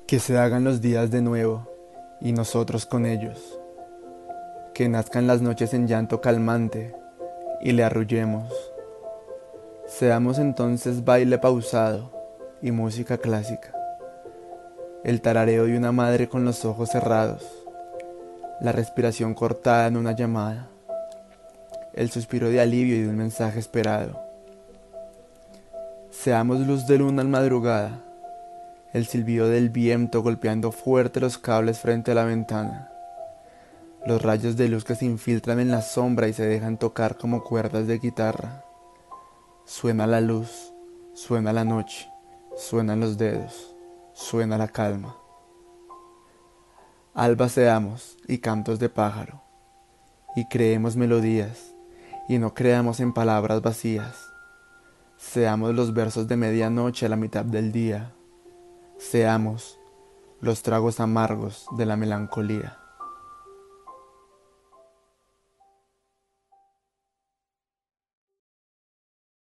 Que se hagan los días de nuevo, y nosotros con ellos. Que nazcan las noches en llanto calmante, y le arrullemos. Seamos entonces baile pausado y música clásica. El tarareo de una madre con los ojos cerrados. La respiración cortada en una llamada. El suspiro de alivio y de un mensaje esperado. Seamos luz de luna en madrugada. El silbido del viento golpeando fuerte los cables frente a la ventana. Los rayos de luz que se infiltran en la sombra y se dejan tocar como cuerdas de guitarra. Suena la luz, suena la noche, suenan los dedos, suena la calma. Alba seamos y cantos de pájaro, y creemos melodías, y no creamos en palabras vacías. Seamos los versos de medianoche a la mitad del día. Seamos los tragos amargos de la melancolía.